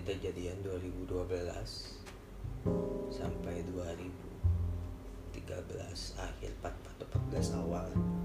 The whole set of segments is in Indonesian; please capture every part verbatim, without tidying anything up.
kejadian dua ribu dua belas sampai dua ribu tiga belas akhir empat belas awal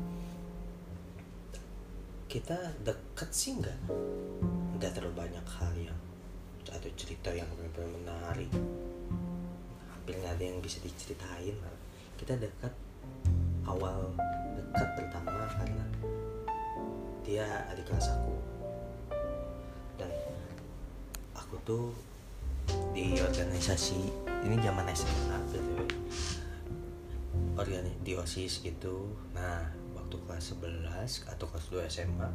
kita deket sih nggak nggak terlalu banyak hal yang atau cerita yang benar-benar menarik, hampir nggak ada yang bisa diceritain. Kita dekat awal dekat pertama karena dia adik kelas aku dan aku tuh di organisasi ini zaman S M A gitu, organi di OSIS gitu. Nah waktu kelas sebelas atau kelas dua S M A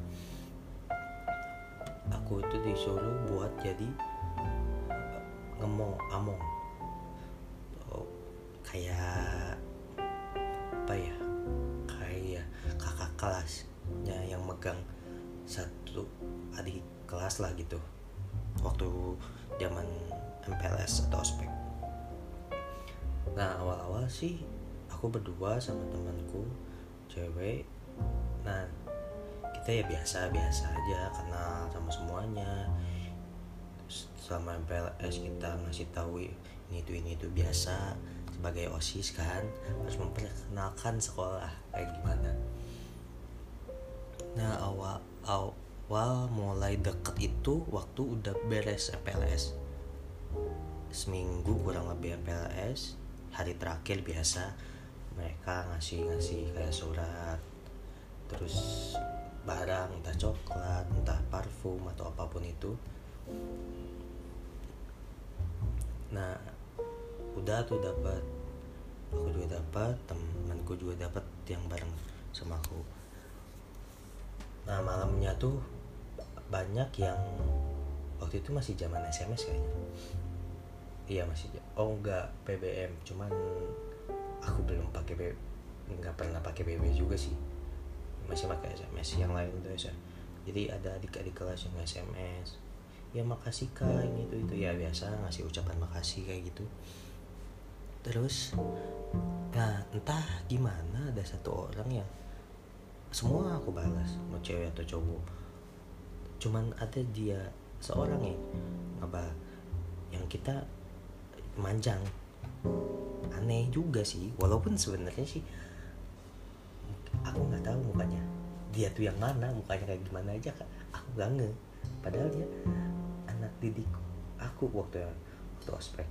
aku tuh disuruh buat jadi ngemong among, oh, kayak apa ya, kayak kakak kelasnya yang megang satu adik kelas lah gitu waktu zaman M P L S atau ospek. Nah awal-awal sih aku berdua sama temanku cewek. Nah kita ya biasa-biasa aja, kenal sama semuanya. Selama M P L S kita ngasih tahu ini itu ini itu biasa, sebagai OSIS kan harus memperkenalkan sekolah kayak gimana. Nah awal awal mulai deket itu waktu udah beres M P L S, seminggu kurang lebih M P L S, hari terakhir biasa mereka ngasih-ngasih kayak surat, terus barang, entah coklat, entah parfum atau apapun itu. Nah udah tuh dapat, aku juga dapat, temanku juga dapat yang bareng sama aku. Nah malamnya tuh banyak yang waktu itu masih zaman S M S kayaknya. Iya masih, oh enggak P B M, cuman aku belum pakai B, nggak pernah pakai B B juga sih, masih pakai S M S yang lain tuh ya. Jadi ada adik-adik kelas yang S M S, ya makasih kak ini itu itu ya biasa ngasih ucapan makasih kayak gitu. Terus nah entah gimana ada satu orang yang semua aku balas, mau cewek atau cowok, cuman ada dia seorang yang apa yang kita manjang. Aneh juga sih, walaupun sebenarnya sih aku nggak tahu mukanya dia tuh yang mana, mukanya kayak gimana aja kak, aku gak nge. Padahal dia anak didik aku waktu waktu ospek.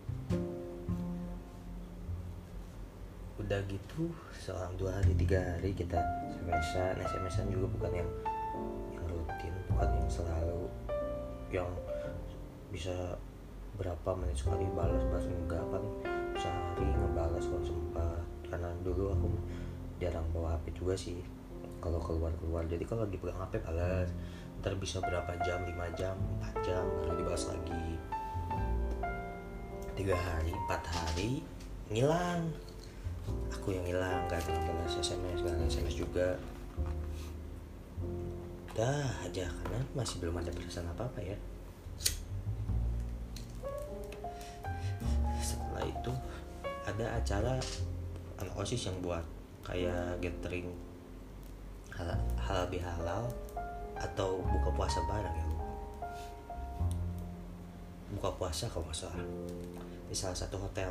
Udah gitu selang dua hari tiga hari kita S M S-an, S M S-an juga bukan yang yang rutin, bukan yang selalu yang bisa berapa menit sekali balas-balas, enggak kan sehari ngebalas kalau sempat. Karena dulu aku jarang bawa H P juga sih kalau keluar-keluar, jadi kalau lagi pegang H P balas, ntar bisa berapa jam, lima jam, empat jam baru dibalas lagi. Tiga hari, empat hari ngilang, aku yang hilang, gak ada balas S M S, gak ada S M S juga. Dah aja karena masih belum ada perasaan apa-apa ya. Setelah itu ada acara anak OSIS yang buat kayak gathering halal, halal bihalal atau buka puasa bareng ya, buka puasa kalau nggak salah di salah satu hotel.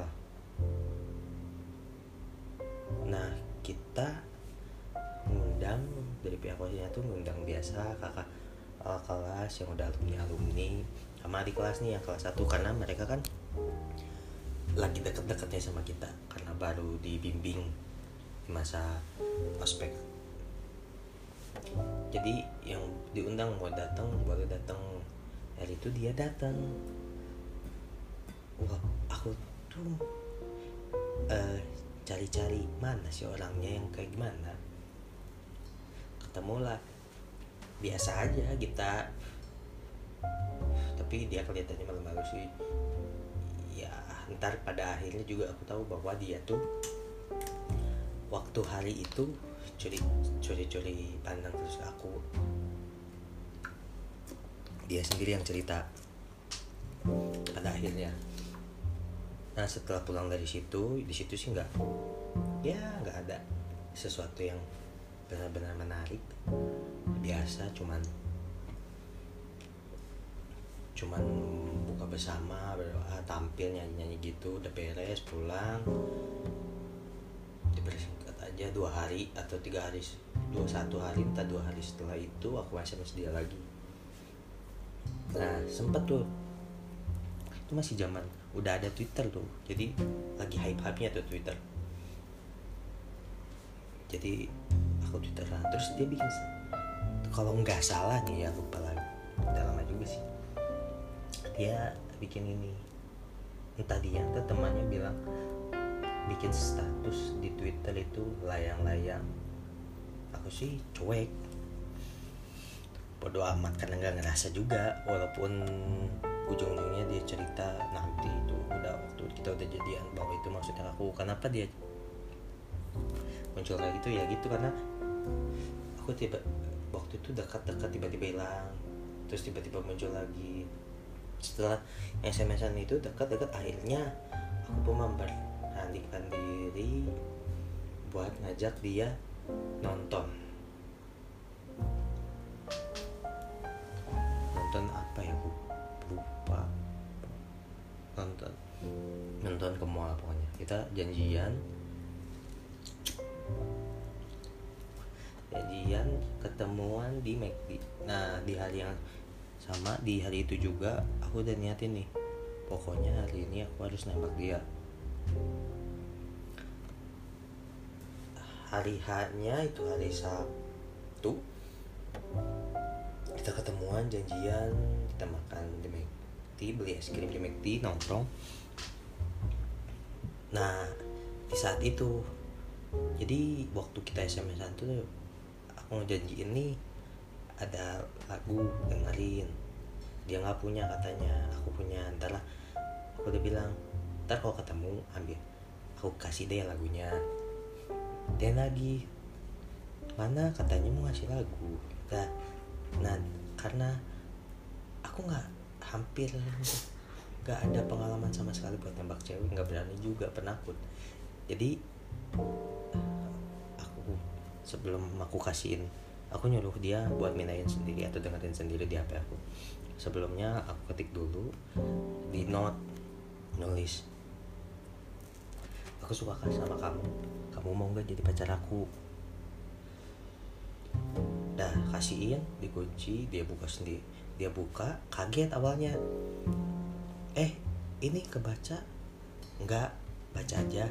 Nah kita ngundang dari pihak OSISnya tuh ngundang biasa kakak uh, kelas yang udah alumni alumni sama adik kelas nih yang kelas satu, karena mereka kan lagi deket-deketnya sama kita karena baru dibimbing di masa ospek. Jadi yang diundang mau datang boleh datang, hari itu dia datang. Wah aku tuh uh, cari-cari mana sih orangnya yang kayak gimana. Ketemulah, biasa aja kita, tapi dia kelihatannya malu-malu sih. Ya ntar pada akhirnya juga aku tahu bahwa dia tuh waktu hari itu curi curi curi pandang terus aku. Dia sendiri yang cerita pada akhirnya. Nah setelah pulang dari situ, di situ sih nggak, ya nggak ada sesuatu yang benar-benar menarik, biasa, cuman cuman buka bersama, berdoa, tampil nyanyi-nyanyi gitu, udah beres pulang dipersingkat aja dua hari atau tiga hari, dua satu hari entah dua hari setelah itu aku S M S dia lagi. Nah sempet tuh, itu masih zaman udah ada Twitter tuh, jadi lagi hype-hypenya tuh Twitter. Jadi aku twitteran, terus dia bikin, kalau nggak salah nih ya, lupa lagi, udah lama juga sih, dia bikin ini, entah dia entah temannya bilang bikin status di Twitter itu layang-layang. Aku sih cuek, bodo amat karena nggak ngerasa juga, walaupun ujung-ujungnya dia cerita nanti itu udah waktu kita udah jadian bahwa itu maksudnya aku. Kenapa dia muncul kayak gitu ya gitu, karena aku tiba waktu itu dekat-dekat tiba-tiba hilang, terus tiba-tiba muncul lagi. Setelah S M S-an itu dekat-dekat, akhirnya aku pun memberanikan diri buat ngajak dia nonton nonton apa ya, bu lupa nonton nonton ke mall pokoknya. Kita janjian janjian ketemuan di McD. Nah di hari yang sama, di hari itu juga aku udah niatin nih, pokoknya hari ini aku harus nembak dia. Hari H-nya itu hari Sabtu, kita ketemuan, janjian, kita makan di McD, beli es krim di McD, nongkrong. Nah di saat itu, jadi waktu kita S M S-an tuh aku ngejanjiin nih ada lagu dengerin, dia nggak punya katanya, aku punya. Ntar lah, aku udah bilang ntar kalau ketemu ambil, aku kasih deh lagunya. Dia lagi mana katanya mau ngasih lagu. Nah, nah karena aku nggak hampir nggak ada pengalaman sama sekali buat tembak cewek, nggak berani juga, penakut. Jadi aku sebelum aku kasihin, aku nyuruh dia buat minain sendiri atau dengerin sendiri di H P aku. Sebelumnya aku ketik dulu di note, nulis, aku suka sama kamu, kamu mau gak jadi pacar aku. Dah kasihin, dikunci, dia buka sendiri. Dia buka, kaget awalnya, eh ini kebaca. Enggak, baca aja.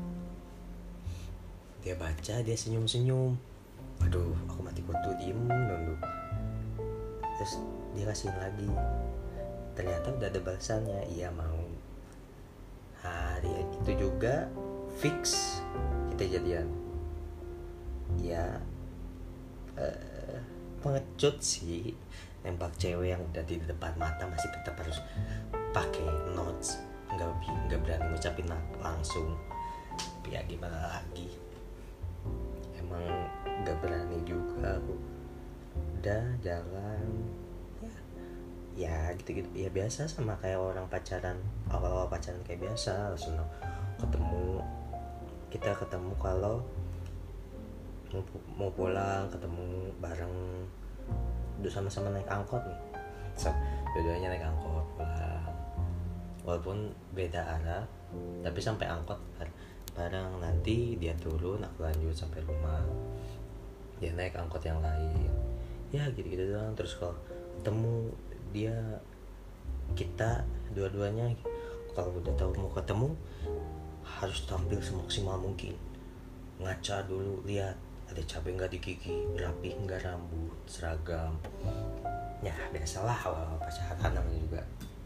Dia baca, dia senyum-senyum. Aduh, aku mati kutu, diem nunduk. Terus dia kasihin lagi, ternyata udah ada balasannya, iya mau. Hari itu juga fix kita jadian. Ya uh, pengecut sih, nembak cewek yang udah di depan mata masih tetap harus pakai notes, nggak nggak berani ngucapin langsung. Tapi ya gimana lagi, emang nggak berani juga aku. Udah jalan ya, ya gitu-gitu ya, biasa sama kayak orang pacaran, awal-awal pacaran kayak biasa, langsung ketemu. Kita ketemu kalau mau, mau pulang, ketemu bareng, udah sama-sama naik angkot nih, so, dua-duanya naik angkot pulang, walaupun beda arah tapi sampai angkot bareng. Nanti dia turun, aku lanjut sampai rumah, dia naik angkot yang lain, ya gitu-gitu doang. Terus kalau ketemu dia, kita dua-duanya kalau udah tahu mau ketemu harus tampil semaksimal mungkin, ngaca dulu, lihat ada cabai nggak di gigi, rapi nggak rambut, seragam, ya biasalah awal-awal pacaran namanya juga.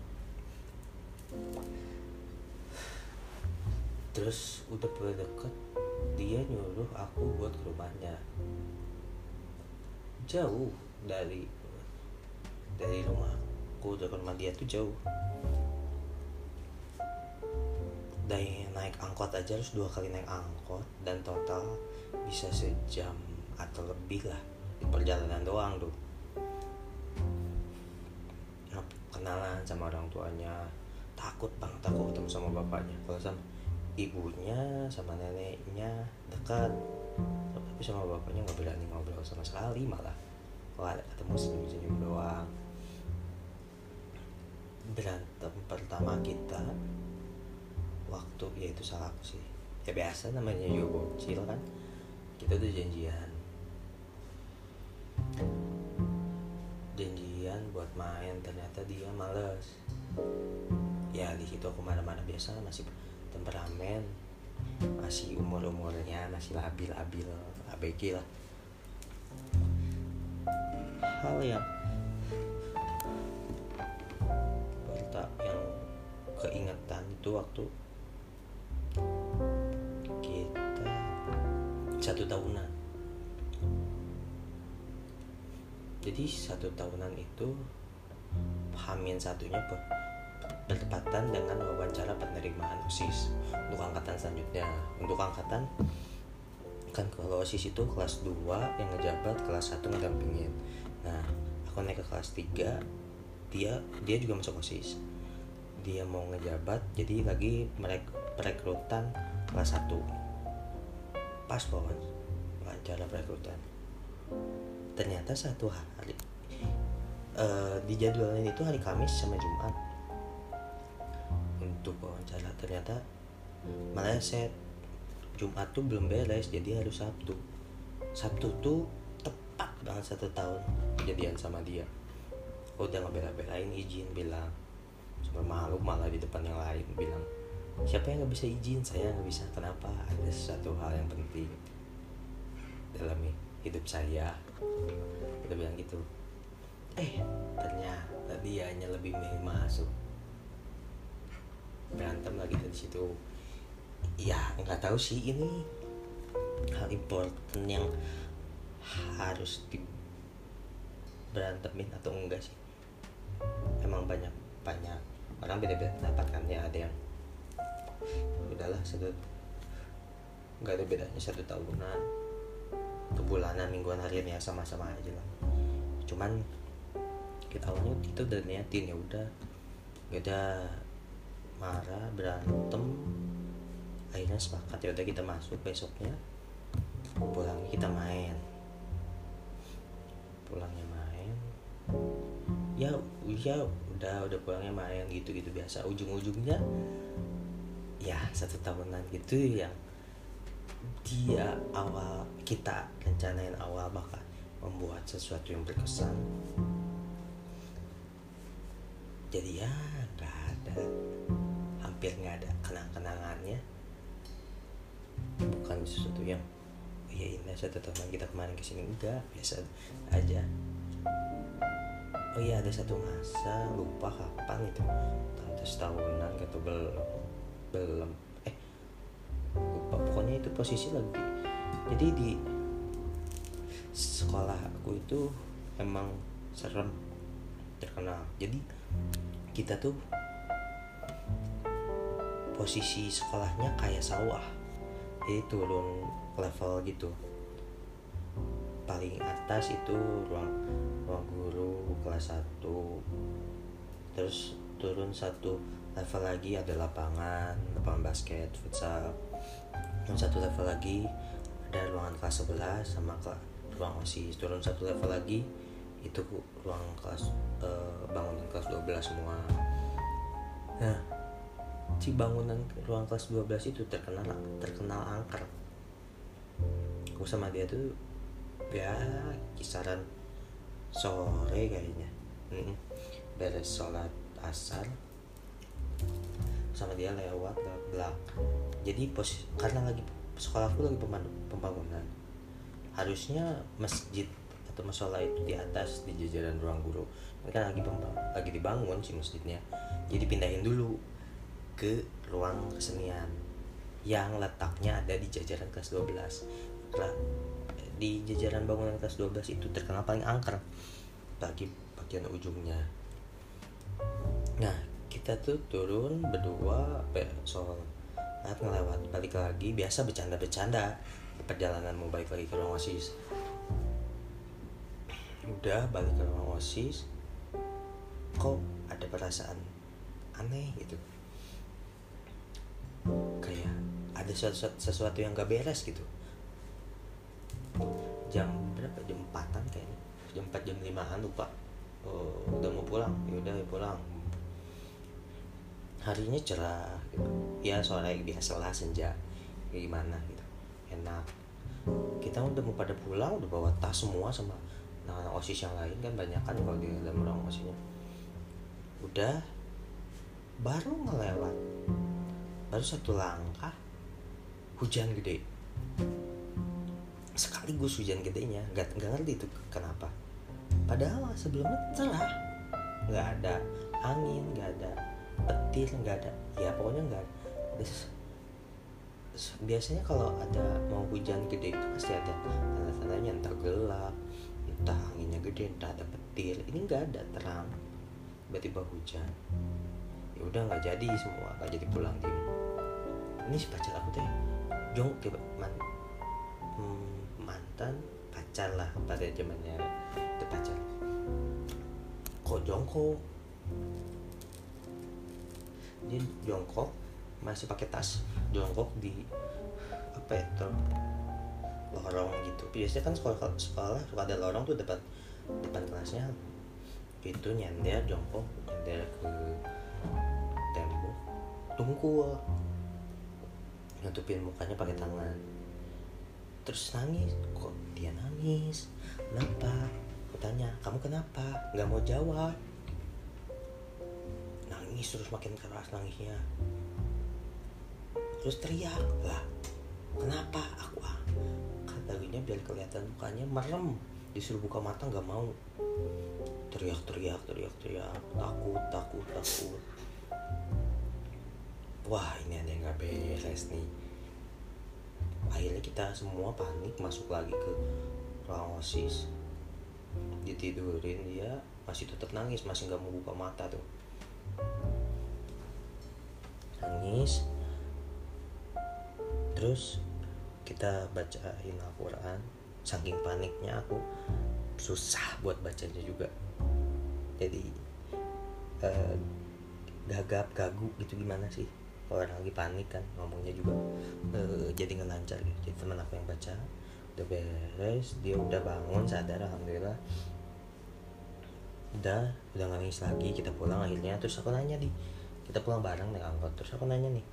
Terus udah pada deket, dia nyuruh aku buat ke rumahnya, jauh dari dari rumahku ke rumah dia tuh jauh. Dari naik angkot aja harus dua kali naik angkot, dan total bisa sejam atau lebih lah di perjalanan doang tuh. Nah, kenalan sama orang tuanya, takut banget aku ketemu sama bapaknya. Kalau sama ibunya sama neneknya dekat, tapi sama bapaknya nggak berani ngobrol sama sekali, malah kalau ada ketemu senyum-senyum doang. berantem pertama kita waktu ya itu salah aku sih ya, biasa namanya juga bocil kan, kita tuh janjian janjian buat main, ternyata dia males. Ya di situ aku marah-marah, biasa masih temperamen, masih umur-umurnya masih labil-labil A B G lah. Hal yang pertama yang keingetan itu waktu kita satu tahunan. Jadi satu tahunan itu Hamin satunya bertepatan dengan wawancara penerimaan OSIS untuk angkatan selanjutnya. Untuk angkatan kan kalau OSIS itu kelas dua yang ngejabat, kelas satu ngedampingin. Nah, aku naik ke kelas tiga, dia dia juga masuk OSIS. Dia mau ngejabat, jadi lagi merek, perekrutan kelas satu. Pas banget wawancara perekrutan. Ternyata satu hari uh, di jadwalnya itu hari Kamis sama Jumat untuk wawancara, ternyata meleset. Jumat tuh belum beres, jadi harus Sabtu. Sabtu tuh tepat banget satu tahun kejadian sama dia. Oh, udah ngebela-belain izin, bilang sampai malu malah di depan yang lain, bilang siapa yang nggak bisa izin, saya nggak bisa. Kenapa? Ada sesuatu hal yang penting dalam hidup saya, udah bilang gitu. Eh ternyata dia hanya lebih milih masuk, berantem lagi dari situ. Ya nggak tahu sih ini hal important yang harus di berantemin atau enggak sih. Emang banyak banyak orang beda-beda pendapat kan ya. Ada yang udahlah satu, nggak ada bedanya satu tahunan atau bulanan, mingguan, harian ya sama-sama aja lah. Cuman kita awalnya kita udah niatin, ya udah beda, marah, berantem, akhirnya sepakat ya udah kita masuk. Besoknya pulangnya kita main, pulangnya main ya ya udah udah pulangnya main gitu-gitu biasa. Ujung-ujungnya ya satu tahunan gitu yang dia awal kita rencanain awal bakal membuat sesuatu yang berkesan, jadi ya nggak ada, hampir nggak ada kenang-kenangannya. Bukan sesuatu yang oh ya indah satu tahun kita kemarin kesini, enggak, biasa aja. Oh iya ada satu masa, lupa kapan itu, tante setahunan gitu belum belum eh lupa, pokoknya itu posisi lagi. Jadi di sekolah aku itu emang serem, terkenal. Jadi kita tuh posisi sekolahnya kayak sawah, jadi turun level gitu. Paling atas itu ruang ruang guru kelas satu, terus turun satu level lagi ada lapangan lapangan basket, futsal. Turun satu level lagi ada ruangan kelas sebelas sama ruang OSIS. Turun satu level lagi itu ruang kelas eh, bangunan kelas dua belas semua. Nah, si bangunan ruang kelas dua belas itu terkenal terkenal angker. Aku sama dia tuh ya kisaran sore kayaknya, mm-mm. beres sholat asar sama dia lewat lewat belakang. Jadi posisi karena lagi sekolahku lagi pembangunan, harusnya masjid atau musola itu di atas di jajaran ruang guru. Ini kan lagi lagi dibangun si masjidnya, jadi pindahin dulu ke ruang kesenian yang letaknya ada di jajaran kelas dua belas. Di jajaran bangunan kelas dua belas itu terkenal paling angker, bagi bagian ujungnya. Nah, kita tuh turun berdua sholat ngelewat, balik lagi biasa bercanda-bercanda perjalanan mau balik lagi ke ruang OSIS. Udah balik ke ruang OSIS, kok ada perasaan aneh gitu, kayak ada sesuatu, sesuatu yang gak beres gitu. Jam berapa? Jam empatan kayaknya, jam empat jam limaan lupa. Oh, udah mau pulang, ya udah pulang. harinya cerah gitu, ya sore biasalah senja kayak gimana gitu, enak. Kita udah mau pada pulang, udah bawa tas semua sama nah osis yang lain kan banyak kan kalau di dalam ruang osisnya. Udah baru ngelewat, baru satu langkah hujan gede, sekaligus hujan gedenya, nggak nggak ngerti itu kenapa. Padahal sebelumnya cerah, nggak ada angin, nggak ada petir, nggak ada, ya pokoknya nggak ada. Biasanya kalau ada mau hujan gede itu pasti ada tanda-tandanya, entah gelap, entah anginnya gede, entah ada petir. Ini nggak ada, terang, tiba-tiba hujan. Ya udah nggak jadi semua, nggak jadi pulang tim. Ini si pacar aku teh jong tiba man, hmm, mantan pacar lah pada zamannya itu pacar. Kok jongkok? Dia jongkok masih pakai tas, jongkok di apa itu lorong gitu. Biasanya kan sekolah sekolah suka ada lorong tuh depan depan kelasnya. Itu nyender jongkok, nyender ke tembok, tungkul, nutupin mukanya pakai tangan. Terus nangis. Kok dia nangis? Kenapa? Aku tanya, kamu kenapa? Gak mau jawab. Nangis terus, makin keras nangisnya. Terus teriak lah, kenapa? Aku ah kataginya biar kelihatan mukanya merem, disuruh buka mata nggak mau. Teriak-teriak, teriak-teriak, takut, takut, takut. Wah ini ada yang nggak beres nih. Akhirnya kita semua panik, masuk lagi ke ruang osis, ditidurin. Dia masih tetap nangis, masih nggak mau buka mata tuh, nangis. Terus kita bacain Al-Quran. Saking paniknya aku susah buat bacanya juga, jadi eh, gagap gagu gitu. Gimana sih orang lagi panik kan ngomongnya juga, eh, jadi nggak lancar gitu. Jadi teman aku yang baca, udah beres, dia udah bangun sadar, alhamdulillah. Udah udah nggak nangis lagi, kita pulang akhirnya. Terus aku nanya, di kita pulang bareng naik angkot. Terus aku nanya nih,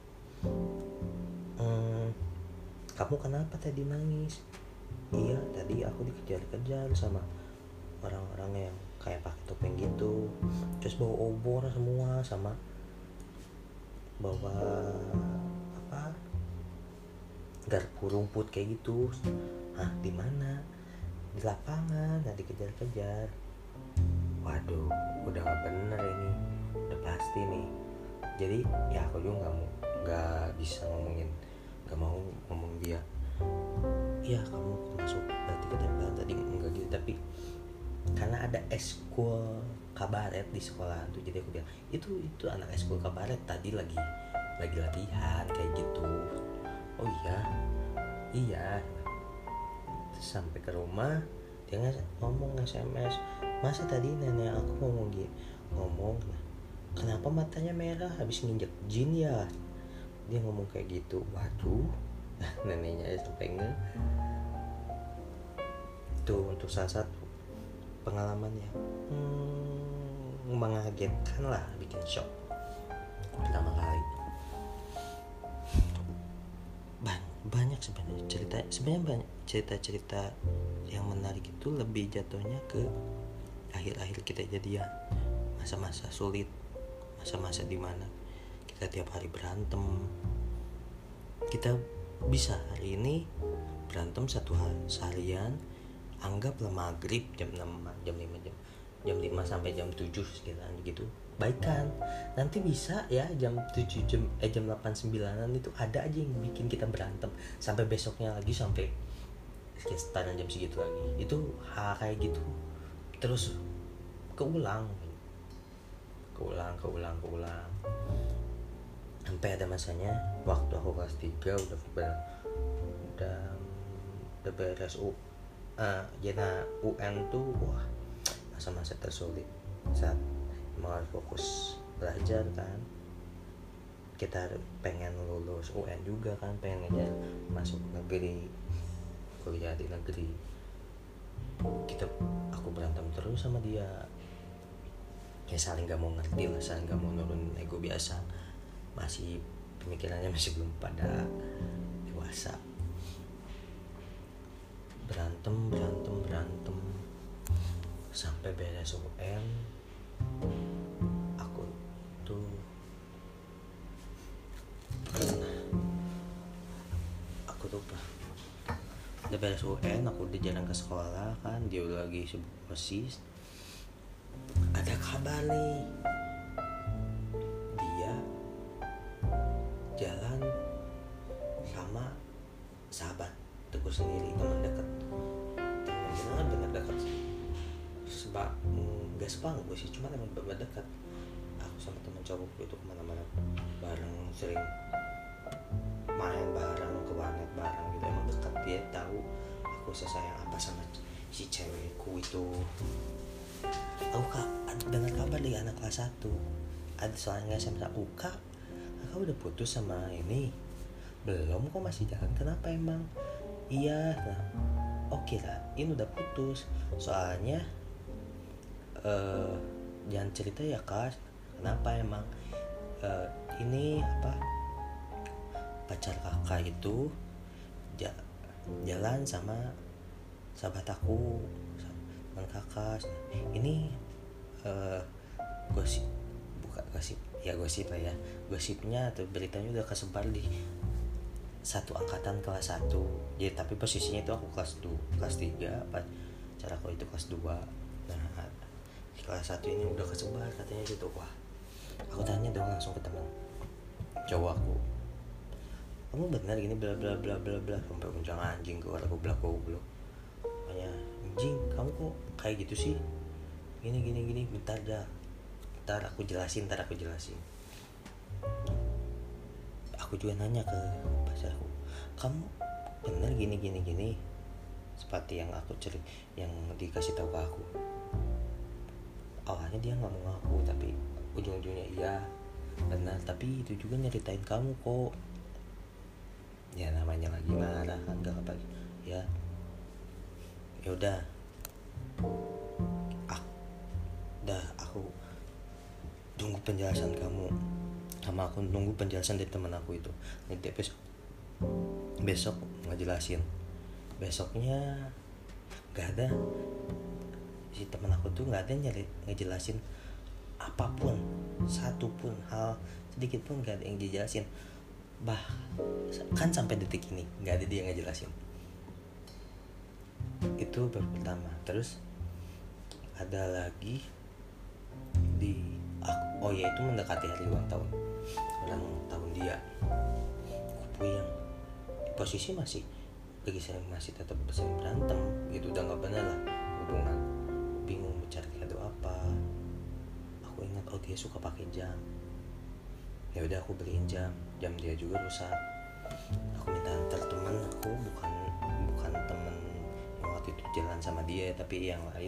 Hmm, kamu kenapa tadi nangis? Iya, tadi aku dikejar-kejar sama orang-orang yang kayak pakai topeng gitu, terus bawa obor semua, sama bawa apa, garpu rumput kayak gitu. Hah, di mana? Di lapangan, nah dikejar-kejar. Waduh, udah nggak bener ini, udah pasti nih. Jadi ya aku juga nggak mau, nggak bisa ngomongin, nggak mau ngomong dia. Iya kamu masuk berarti ketempelan tadi, enggak gitu. Tapi karena ada eskul kabaret di sekolah tuh, jadi aku bilang itu itu anak eskul kabaret tadi lagi lagi latihan kayak gitu. Oh iya iya. Terus sampai ke rumah dia ngomong S M S, masa tadi nenek aku ngomong gitu, ngomong kenapa matanya merah habis nginjek jin ya, dia ngomong kayak gitu. Waduh, neneknya sampai nge. Itu untuk salah satu pengalaman yang hmm, mengagetkan lah, bikin shock pertama kali. Ban- banyak sebenarnya cerita, sebenarnya banyak cerita-cerita yang menarik itu lebih jatuhnya ke akhir-akhir kita jadian, masa-masa sulit, masa-masa dimana kita tiap hari berantem. Kita bisa hari ini berantem satu hari seharian, anggaplah maghrib jam enam, jam lima, jam jam lima sampai jam tujuh sekitaran gitu, baikan. Nanti bisa ya jam tujuh, jam eh jam delapan sembilanan itu ada aja yang bikin kita berantem sampai besoknya lagi, sampai sekitaran jam segitu lagi. Itu hal kayak gitu terus keulang keulang keulang keulang sampai ada masanya waktu aku kelas tiga udah ber, udah udah beres U uh, jena U N tuh, wah masa-masa tersulit saat mau fokus belajar kan. Kita pengen lulus U N juga kan, pengen aja masuk negeri, kuliah di negeri. Kita aku berantem terus sama dia, ya saling gak mau ngerti lah, saling gak mau nurun ego biasa. masih pemikirannya masih belum pada dewasa. Berantem berantem berantem sampai beres U N. Aku tuh pernah aku tuh udah beres U N, aku udah jalan ke sekolah kan, dia udah lagi sibuk OSIS. Ada kabar nih, dia jalan sama sahabat teku sendiri, teman dekat. Teman bener dekat sih, sebab nggak sebang gue sih, cuma emang bener dekat. Aku sama teman cowokku itu kemana-mana bareng, sering main bareng, ke warnet bareng gitu, emang dekat. Dia tahu aku sesayang apa sama si cewekku itu. Aku kak dengar kabar dari anak kelas satu, ada soalnya S M A, U K kakak udah putus sama ini. Belum, kok masih jalan, kenapa emang? Iya, nah oke lah, ini udah putus. Soalnya uh, jangan cerita ya kak, kenapa emang? Uh, ini apa, pacar kakak itu j- jalan sama sahabat aku, teman kakak. Ini uh, gosip, bukan gosip ya, gosip lah ya, gosipnya atau beritanya udah kesebar di satu angkatan kelas satu. Jadi tapi posisinya itu aku kelas dua, kelas tiga, pacar aku itu kelas dua. Nah di kelas satu ini udah kesebar katanya gitu. Wah, aku tanya dong langsung ke teman cowok aku, kamu benar gini bla bla bla bla bla, sampai unjang anjing ke orang goblok goblok. Makanya anjing, kamu kok kayak gitu sih, gini gini gini. Bentar dah, bentar aku jelasin, bentar aku jelasin. Aku juga nanya ke pacarku, kamu bener gini gini gini seperti yang aku cerit, yang dikasih tahu ke aku. Awalnya dia nggak mau ngaku, tapi ujung-ujungnya iya benar, tapi itu juga nyeritain kamu kok. Ya namanya lagi marah kan, nggak apa ya. Ya udah, ah, dah aku tunggu penjelasan kamu, sama aku nunggu penjelasan dari teman aku itu. Nanti besok besok ngejelasin. Besoknya nggak ada, si teman aku tuh nggak ada nyari ngejelasin apapun, satu pun hal sedikit pun nggak ada yang dijelasin. Bah kan sampai detik ini nggak ada dia ngejelasin. Itu baru pertama. Terus ada lagi di aku, oh ya itu mendekati hari ulang tahun ulang tahun dia. Aku yang posisi masih lagi sering, masih tetap sering berantem gitu, udah nggak benar lah hubungan. Bingung mau cari kado apa. Aku ingat oh dia suka pakai jam. Ya udah aku beliin jam, jam dia juga rusak. Aku minta antar teman aku, bukan bukan temen yang waktu itu jalan sama dia, tapi yang lain.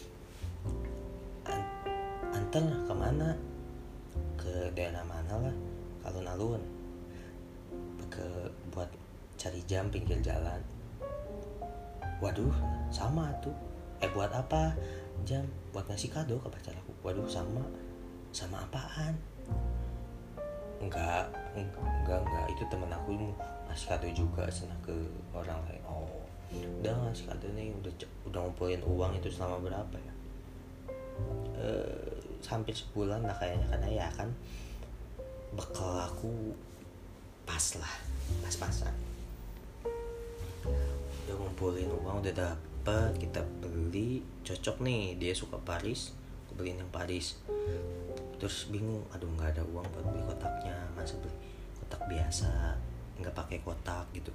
An- antar kemana? Ke daerah mana lah, alun-alun, ke buat cari jam pinggir jalan. Waduh, sama tuh. Eh buat apa? Jam buat ngasih kado ke pacar aku. Waduh, sama. Sama apaan? Enggak, enggak, enggak. Itu temen aku ngasih kado juga senang ke orang lain. Oh, udah ngasih kado nih, udah udah ngumpulin uang itu selama berapa ya? Eh, hampir sebulan lah kayaknya, karena ya kan bekal aku pas lah, pas-pasan. Udah ngumpulin uang, udah dapet, kita beli, cocok nih, dia suka Paris, aku beliin yang Paris. Terus bingung, aduh nggak ada uang buat beli kotaknya, masa beli kotak biasa, nggak pakai kotak gitu.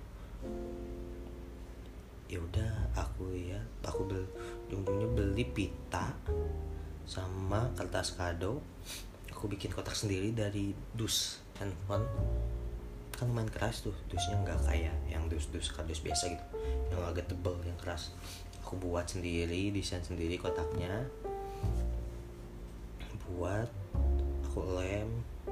Ya udah aku ya, aku beli, ujung-ujungnya beli pita sama kertas kado. Aku bikin kotak sendiri dari dus handphone, kan lumayan keras tuh dusnya, nggak kayak yang dus-dus kardus biasa gitu, yang agak tebel, yang keras. Aku buat sendiri, desain sendiri kotaknya, buat aku lem.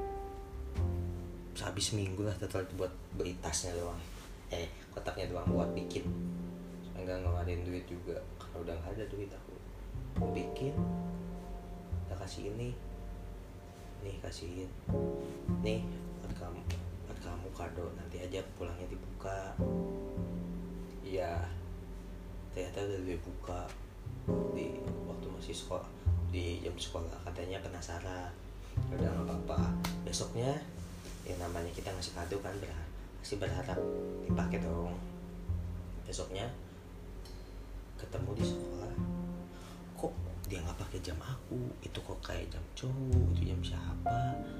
Habis seminggu lah total buat beli tasnya doang, eh kotaknya doang buat bikin. Enggak ngeluarin duit juga karena udah nggak ada duit. Aku aku bikin, udah kasih ini nih, kasihin nih kamu buat kamu kado, nanti aja pulangnya dibuka. Iya, ternyata udah dibuka di waktu masih sekolah, di jam sekolah. Katanya penasaran, udah nggak apa-apa. Besoknya ya namanya kita ngasih kado kan, berharap pasti berharap dipakai dong. Besoknya ketemu di sekolah, kok dia nggak pakai jam aku, itu kok kayak jam cowok, itu jam siapa?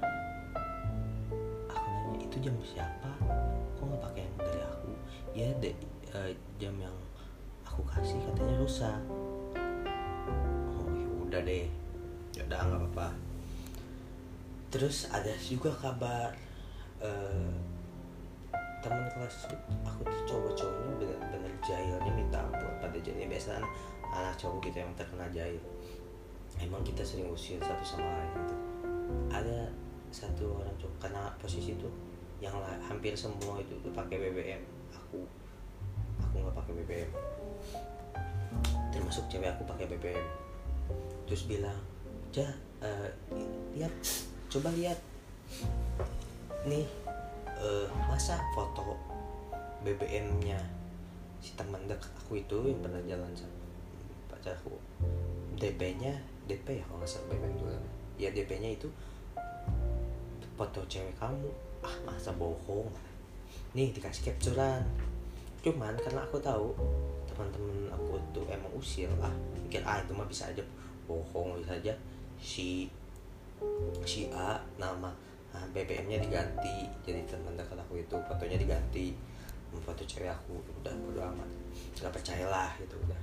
Aku nanya, itu jam siapa, kok nggak pakai yang dari aku? Ya de, uh, jam yang aku kasih katanya rusak. Oh ya udah deh, ya udah nggak apa-apa. Terus ada juga kabar uh, teman kelas aku tuh cowok-cowoknya bener-bener jahilnya minta ampun pada jadi biasa anak, anak cowok gitu yang terkena jahil. Emang kita sering usir satu sama lain gitu. Ada satu orang cowok karena posisi itu yang lah, hampir semua itu tuh pakai B B M. Aku aku nggak pakai B B M. Termasuk cewek aku pakai B B M. Terus bilang, "Ja, uh, lihat, coba lihat. Nih, uh, masa foto B B M-nya si teman dekat aku itu yang pernah jalan sama pacarku, D P-nya D P ya kalau nggak salah B B M dulu ya, D P-nya itu foto cewek kamu." Ah, masa bohong. Nih dikasih capturean. Cuman karena aku tahu teman-teman aku tuh emang usil, ah pikir ah itu mah bisa aja bohong, bisa aja si si A nama nah, B B M-nya diganti jadi teman dekat aku itu fotonya diganti foto cewek aku. Udah bodo amat, nggak percayalah gitu udah.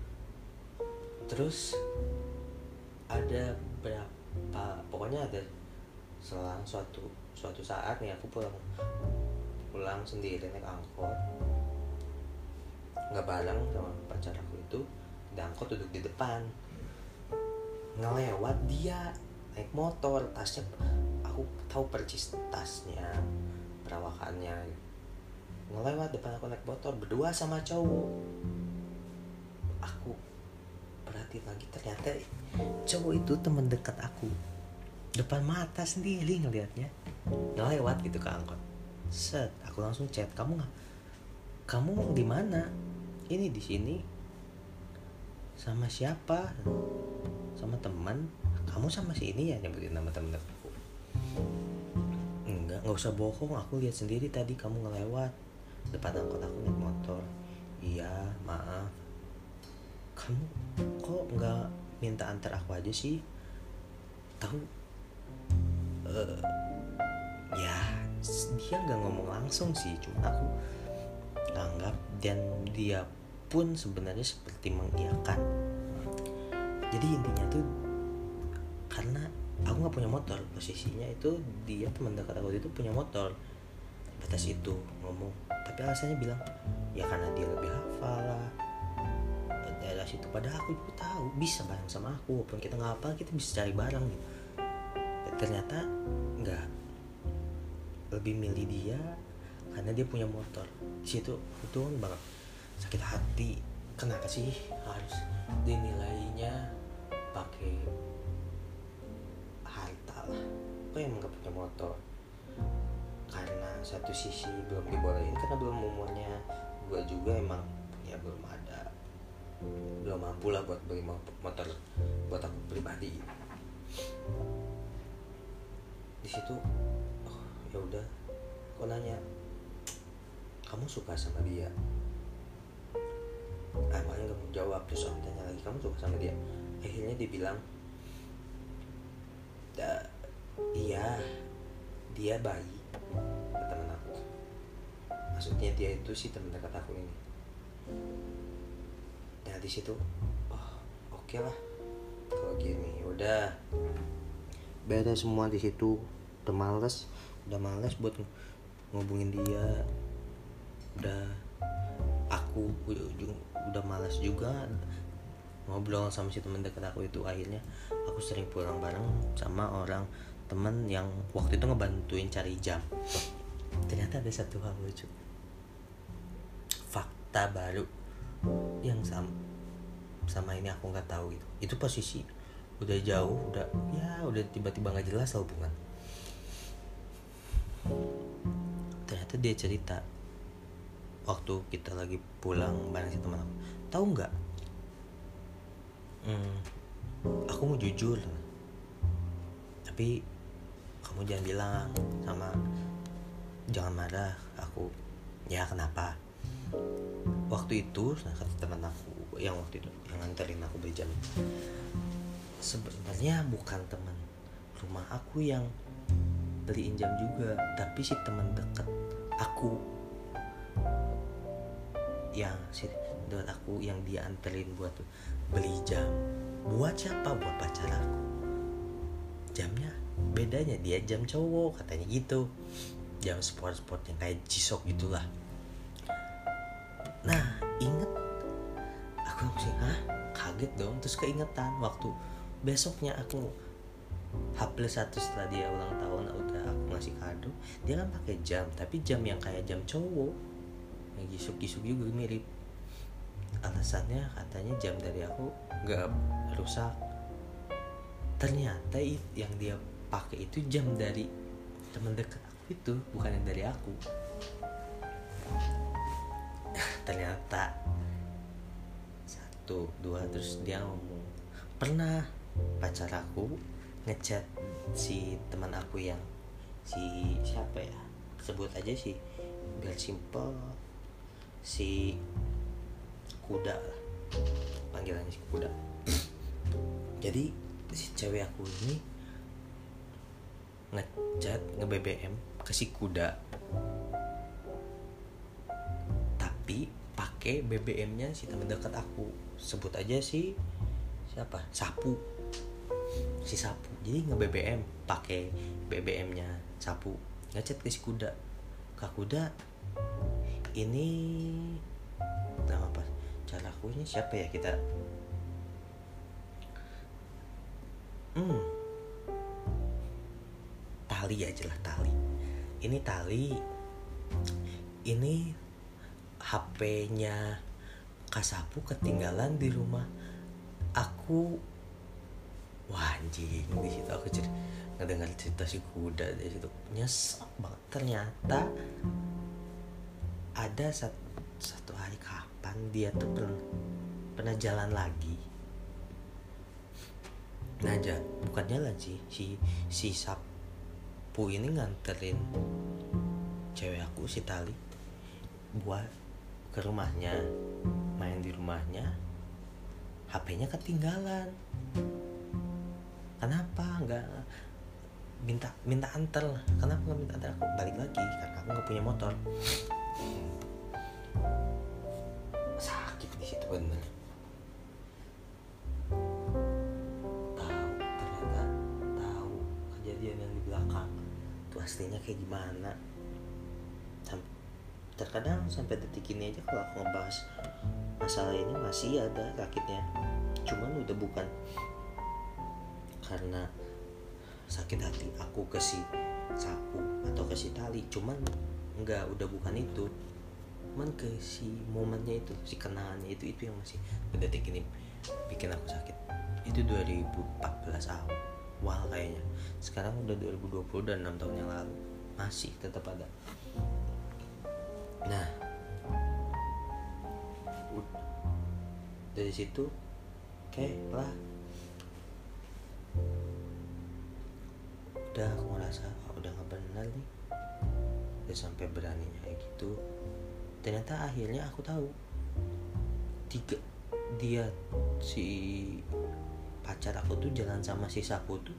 Terus ada berapa, pokoknya ada selang suatu suatu saat nih aku pulang pulang sendiri naik angkot, nggak bareng sama pacar aku itu. Di angkot duduk di depan, ngelewat dia naik motor, tasnya aku tahu percis tasnya, perawakannya, ngelewat depan aku naik motor berdua sama cowok. Aku perhatiin lagi, ternyata cowok itu teman dekat aku, depan mata sendiri ngelihatnya ngelewat gitu ke angkot. Set, aku langsung chat, kamu nggak, kamu di mana? Ini di sini. Sama siapa? Sama teman. Kamu sama si ini ya, nyebutin nama temen aku. Enggak, nggak usah bohong, aku lihat sendiri tadi kamu ngelewat depan angkot aku naik motor. Iya, maaf. Kamu kok nggak minta antar aku aja sih? Tahu? Uh, ya, dia nggak ngomong langsung sih, cuma aku anggap, dan dia pun sebenarnya seperti mengiyakan. Jadi intinya tuh karena aku nggak punya motor, posisinya itu dia teman dekat aku itu punya motor batas itu ngomong, tapi alasannya bilang ya karena dia lebih hafal lah daerah situ. Padahal aku juga tahu bisa bareng sama aku, walaupun kita nggak hafal kita bisa cari bareng gitu. Dan ternyata nggak, lebih milih dia karena dia punya motor. Di situ itu banget sakit hati. Kenapa sih harus dinilainya pakai harta lah? Kok emang gak punya motor? Karena satu sisi belum dibolehin karena belum umurnya. Gue juga emang ya belum ada, belum mampu lah buat beli motor buat aku pribadi. Di situ oh ya udah, aku nanya, kamu suka sama dia? Awalnya gak mau jawab, terus aku tanya lagi, kamu suka sama dia? Akhirnya dia bilang, iya, dia bayi, kata teman aku. Maksudnya dia itu sih teman dekat aku ini. Nah di situ, oh oke okay lah, kalau gini udah beda semua di situ. Udah males, udah males buat ngubungin dia. Udah aku ujung udah malas juga ngobrol sama si teman dekat aku itu. Akhirnya aku sering pulang bareng sama orang teman yang waktu itu ngebantuin cari jam. Ternyata ada satu hal lucu, fakta baru yang sama sama ini aku nggak tahu gitu. Itu posisi udah jauh, udah ya udah tiba-tiba nggak jelas hubungan. Ternyata dia cerita waktu kita lagi pulang bareng si teman aku, tahu nggak, hmm, aku mau jujur tapi kamu jangan bilang sama, jangan marah. Aku, ya kenapa? Waktu itu, nah kata teman aku yang waktu itu yang nganterin aku beli jam, sebenarnya bukan teman rumah aku yang beliin jam juga, tapi si teman dekat aku yang si dekat aku yang dia anterin buat beli jam. Buat siapa? Buat pacar aku. Jamnya bedanya, dia jam cowok katanya gitu, jam sport-sport yang kayak G-Shock gitulah. Nah inget, aku langsung hah, kaget dong. Terus keingetan waktu besoknya aku H plus satu setelah dia ulang tahun, udah aku ngasih kado, dia kan pakai jam, tapi jam yang kayak jam cowok, yang G-Shock-G-Shock juga mirip. Alasannya katanya jam dari aku nggak rusak. Ternyata yang dia pakai itu jam dari teman dekat aku itu, bukan yang dari aku. Ternyata satu dua terus dia ngomong, pernah pacar aku ngechat si teman aku yang si siapa ya, sebut aja sih biar simple, si kuda lah, panggilannya si kuda. Jadi si cewek aku ini ngechat nge-B B M ke si kuda, tapi pakai B B M-nya si teman dekat aku, sebut aja si siapa, Sapu, si Sapu. Jadi nge-B B M pakai B B M-nya Sapu, ngechat ke si kuda, Kak Kuda ini nama apa, cara aku ini siapa ya, kita hmm Tali aja lah, Tali. Ini Tali, ini H P-nya Kak Sapu ketinggalan di rumah aku. Wah anjing, di situ aku cer- ngedengar cerita si kuda, dari situ nyesek banget. Ternyata ada satu, satu hari kapan dia tuh pernah pernah jalan lagi. Nah, bukan jalan sih, si si Sapu ini nganterin cewek aku si Tali buat ke rumahnya, main di rumahnya, H P-nya ketinggalan. Kenapa nggak minta minta antar? Kenapa nggak minta antar? Aku balik lagi karena aku nggak punya motor. Sakit di situ bener. Tahu ternyata tahu kejadian yang di belakang tuh aslinya kayak gimana. Terkadang sampai detik ini aja kalau aku ngebahas masalah ini masih ada sakitnya. Cuman udah bukan karena sakit hati aku ke si Sapu atau ke si Tali, cuman enggak, udah bukan itu. Cuman ke si momennya itu, si kenangannya itu itu yang masih ke detik ini bikin aku sakit. Itu dua ribu empat belas awal kayaknya. Sekarang udah dua ribu dua puluh dan enam tahun yang lalu masih tetap ada. Nah, dari situ kayak lah udah aku ngerasa oh, udah gak benar nih, udah sampai beraninya kayak gitu. Ternyata akhirnya aku tahu tiga dia si pacar aku tuh jalan sama si Sapu tuh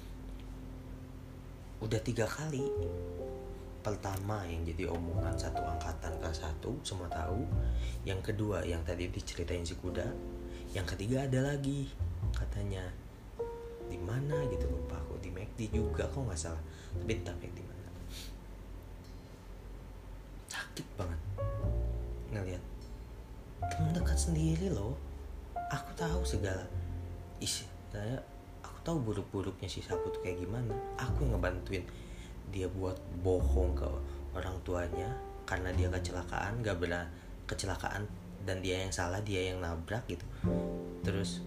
udah tiga kali. Pertama yang jadi omongan satu angkatan kelas satu, semua tahu. Yang kedua yang tadi diceritain si kuda. Yang ketiga ada lagi katanya di mana gitu, lupa aku, di McD juga kok nggak salah, tapi entah McD mana. Sakit banget ngeliat teman dekat sendiri loh. Aku tahu segala isi, saya aku tahu buruk-buruknya si Sapu tuh kayak gimana. Aku yang ngebantuin dia buat bohong ke orang tuanya karena dia kecelakaan, gak benar kecelakaan dan dia yang salah, dia yang nabrak gitu. Terus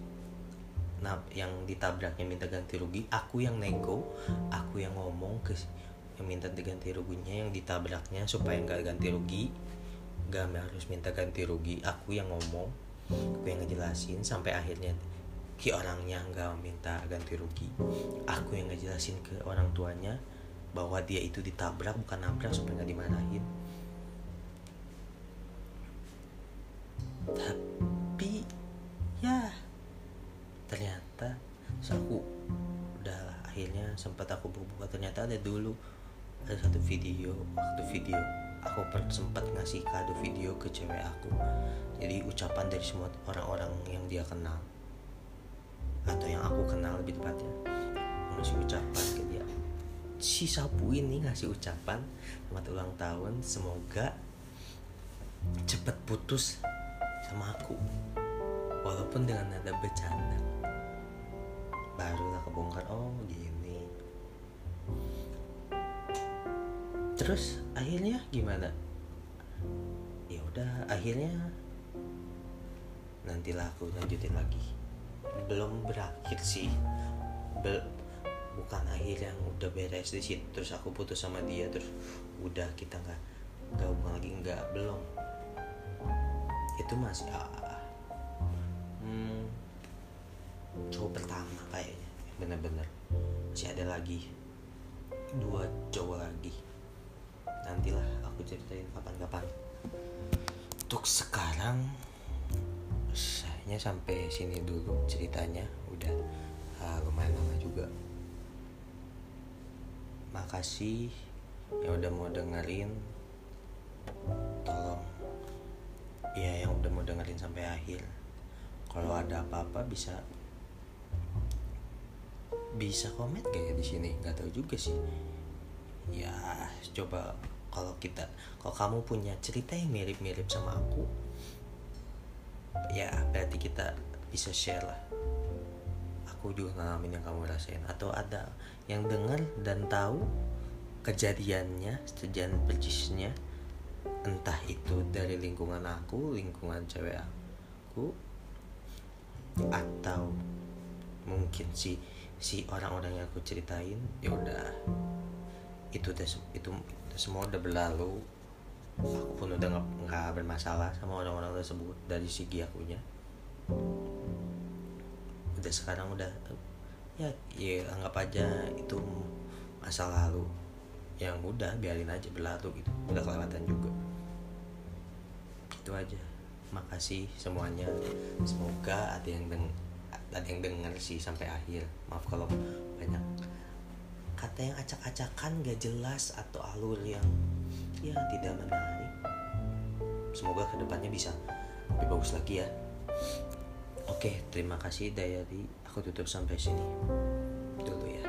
nah, yang ditabraknya minta ganti rugi, aku yang nego, aku yang ngomong ke yang minta diganti ruginya, yang ditabraknya supaya nggak ganti rugi, nggak harus minta ganti rugi. Aku yang ngomong, aku yang ngejelasin sampai akhirnya ki orangnya nggak minta ganti rugi. Aku yang ngejelasin ke orang tuanya bahwa dia itu ditabrak bukan nabrak supaya nggak dimarahin. Tapi ya ternyata terus aku udahlah, akhirnya sempat aku buka, ternyata ada dulu ada satu video, waktu video aku sempat ngasih kado video ke cewek aku. Jadi ucapan dari semua orang-orang yang dia kenal atau yang aku kenal lebih tepatnya, ngasih ucapan ke dia. Si sapu ini ngasih ucapan selamat ulang tahun, semoga cepet putus sama aku, walaupun dengan nada bercanda. Barulah kebongkar, oh gini. Terus akhirnya gimana? Ya udah, akhirnya nantilah aku lanjutin lagi. Belum berakhir sih, Bel- bukan akhir yang udah beres di situ. Terus aku putus sama dia, terus udah kita nggak nggak hubungan lagi, nggak, belum. Itu masih ah, hmm, cowok pertama kayaknya, bener-bener masih ada lagi dua cowok lagi. Nantilah aku ceritain kapan-kapan. Untuk sekarang saya sampai sini dulu ceritanya, udah ah, lumayan lama juga. Makasih yang udah mau dengerin. Tolong ya yang udah mau dengerin sampai akhir. Kalau ada apa-apa bisa bisa komen kayak di sini, nggak tahu juga sih. Ya coba kalau kita kalau kamu punya cerita yang mirip-mirip sama aku, ya berarti kita bisa share lah. Aku juga ngalamin yang kamu rasain, atau ada yang dengar dan tahu kejadiannya, kejadian persisnya, entah itu dari lingkungan aku, lingkungan cewek aku, atau mungkin si si orang-orang yang aku ceritain. Ya udah, itu udah itu, itu semua udah berlalu. Aku pun udah nggak nggak bermasalah sama orang-orang tersebut dari segi akunya. Udah sekarang udah ya ya anggap aja itu masa lalu yang udah biarin aja berlalu gitu, udah kelewatan juga. Itu aja. Makasih semuanya. Semoga ada yang deng ada yang dengar sih sampai akhir. Maaf kalau banyak kata yang acak-acakan, gak jelas, atau alur yang ya tidak menarik. Semoga kedepannya bisa lebih bagus lagi ya. Oke, terima kasih Dayadi. Aku tutup sampai sini dulu ya.